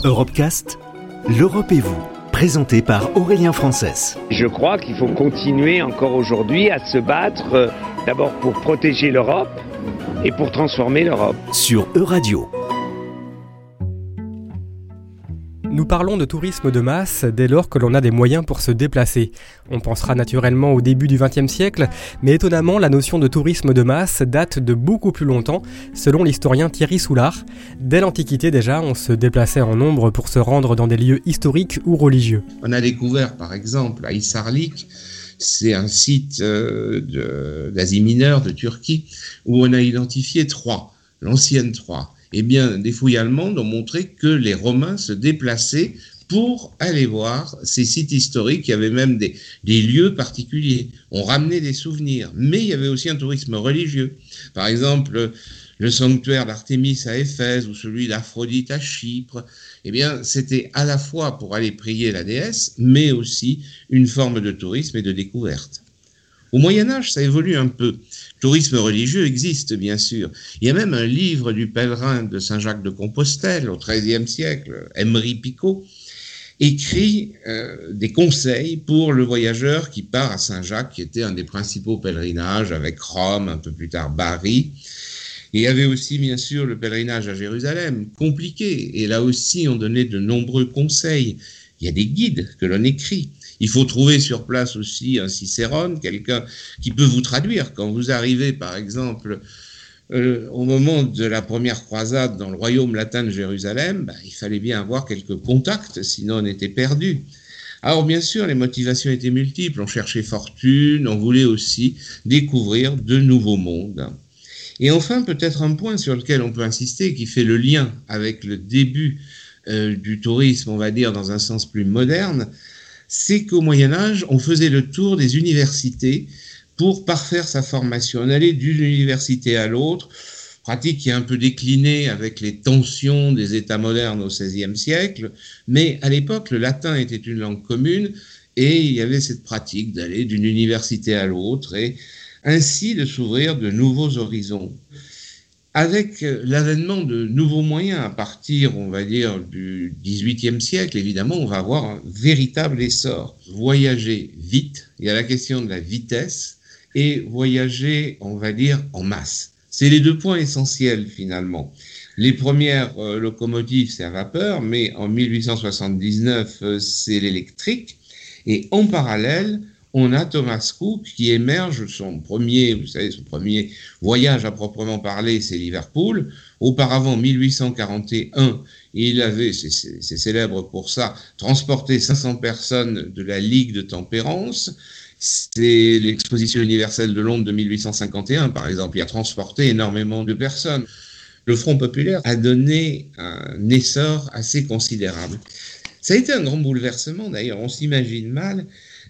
Europecast, l'Europe et vous, présenté par Aurélien Frances. Je crois qu'il faut continuer encore aujourd'hui à se battre d'abord pour protéger l'Europe et pour transformer l'Europe. Sur Euradio. Nous parlons de tourisme de masse dès lors que l'on a des moyens pour se déplacer. On pensera naturellement au début du XXe siècle, mais étonnamment, la notion de tourisme de masse date de beaucoup plus longtemps, selon l'historien Thierry Soulard. Dès l'Antiquité déjà, on se déplaçait en nombre pour se rendre dans des lieux historiques ou religieux. On a découvert par exemple à Hisarlik, c'est un site d'Asie mineure, de Turquie, où on a identifié Troie, l'ancienne Troie. Eh bien, des fouilles allemandes ont montré que les Romains se déplaçaient pour aller voir ces sites historiques. Il y avait même des lieux particuliers. On ramenait des souvenirs. Mais il y avait aussi un tourisme religieux. Par exemple, le sanctuaire d'Artémis à Éphèse ou celui d'Aphrodite à Chypre. Eh bien, c'était à la fois pour aller prier la déesse, mais aussi une forme de tourisme et de découverte. Au Moyen-Âge, ça évolue un peu. Le tourisme religieux existe, bien sûr. Il y a même un livre du pèlerin de Saint-Jacques de Compostelle, au XIIIe siècle, Emery Picot, écrit des conseils pour le voyageur qui part à Saint-Jacques, qui était un des principaux pèlerinages, avec Rome, un peu plus tard Bari. Et il y avait aussi, bien sûr, le pèlerinage à Jérusalem, compliqué. Et là aussi, on donnait de nombreux conseils. Il y a des guides que l'on écrit. Il faut trouver sur place aussi un Cicérone, quelqu'un qui peut vous traduire. Quand vous arrivez, par exemple, au moment de la première croisade dans le royaume latin de Jérusalem, il fallait bien avoir quelques contacts, sinon on était perdu. Alors bien sûr, les motivations étaient multiples. On cherchait fortune, on voulait aussi découvrir de nouveaux mondes. Et enfin, peut-être un point sur lequel on peut insister, qui fait le lien avec le début du tourisme, on va dire, dans un sens plus moderne, c'est qu'au Moyen-Âge, on faisait le tour des universités pour parfaire sa formation. On allait d'une université à l'autre, pratique qui est un peu déclinée avec les tensions des États modernes au XVIe siècle, mais à l'époque, le latin était une langue commune et il y avait cette pratique d'aller d'une université à l'autre et ainsi de s'ouvrir de nouveaux horizons. Avec l'avènement de nouveaux moyens à partir, on va dire, du XVIIIe siècle, évidemment, on va avoir un véritable essor. Voyager vite, il y a la question de la vitesse, et voyager, on va dire, en masse. C'est les deux points essentiels, finalement. Les premières locomotives, c'est à vapeur, mais en 1879, c'est l'électrique, et en parallèle, on a Thomas Cook qui émerge, son premier voyage à proprement parler, c'est Liverpool. Auparavant, 1841, il avait, c'est célèbre pour ça, transporté 500 personnes de la Ligue de Tempérance. C'est l'exposition universelle de Londres de 1851, par exemple, il a transporté énormément de personnes. Le Front populaire a donné un essor assez considérable. Ça a été un grand bouleversement, d'ailleurs, on s'imagine mal.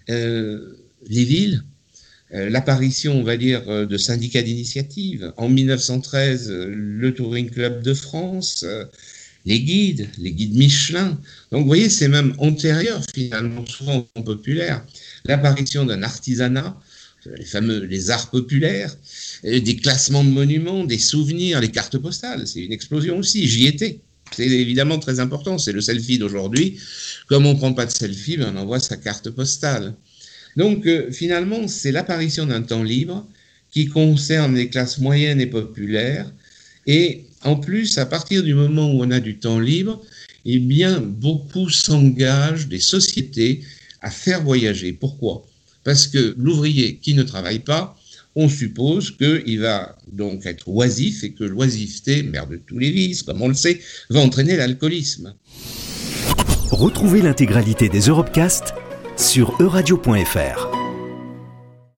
Les villes, l'apparition, on va dire, de syndicats d'initiative. En 1913, le Touring Club de France, les guides Michelin. Donc, vous voyez, c'est même antérieur, finalement, souvent populaire. L'apparition d'un artisanat, les arts populaires, des classements de monuments, des souvenirs, les cartes postales. C'est une explosion aussi, j'y étais. C'est évidemment très important, c'est le selfie d'aujourd'hui. Comme on ne prend pas de selfie, on envoie sa carte postale. Donc finalement, c'est l'apparition d'un temps libre qui concerne les classes moyennes et populaires. Et en plus, à partir du moment où on a du temps libre, eh bien, beaucoup s'engagent, des sociétés, à faire voyager. Pourquoi ? Parce que l'ouvrier qui ne travaille pas, on suppose qu'il va donc être oisif et que l'oisiveté, mère de tous les vices, comme on le sait, va entraîner l'alcoolisme. Retrouvez l'intégralité des Europecast sur euradio.fr.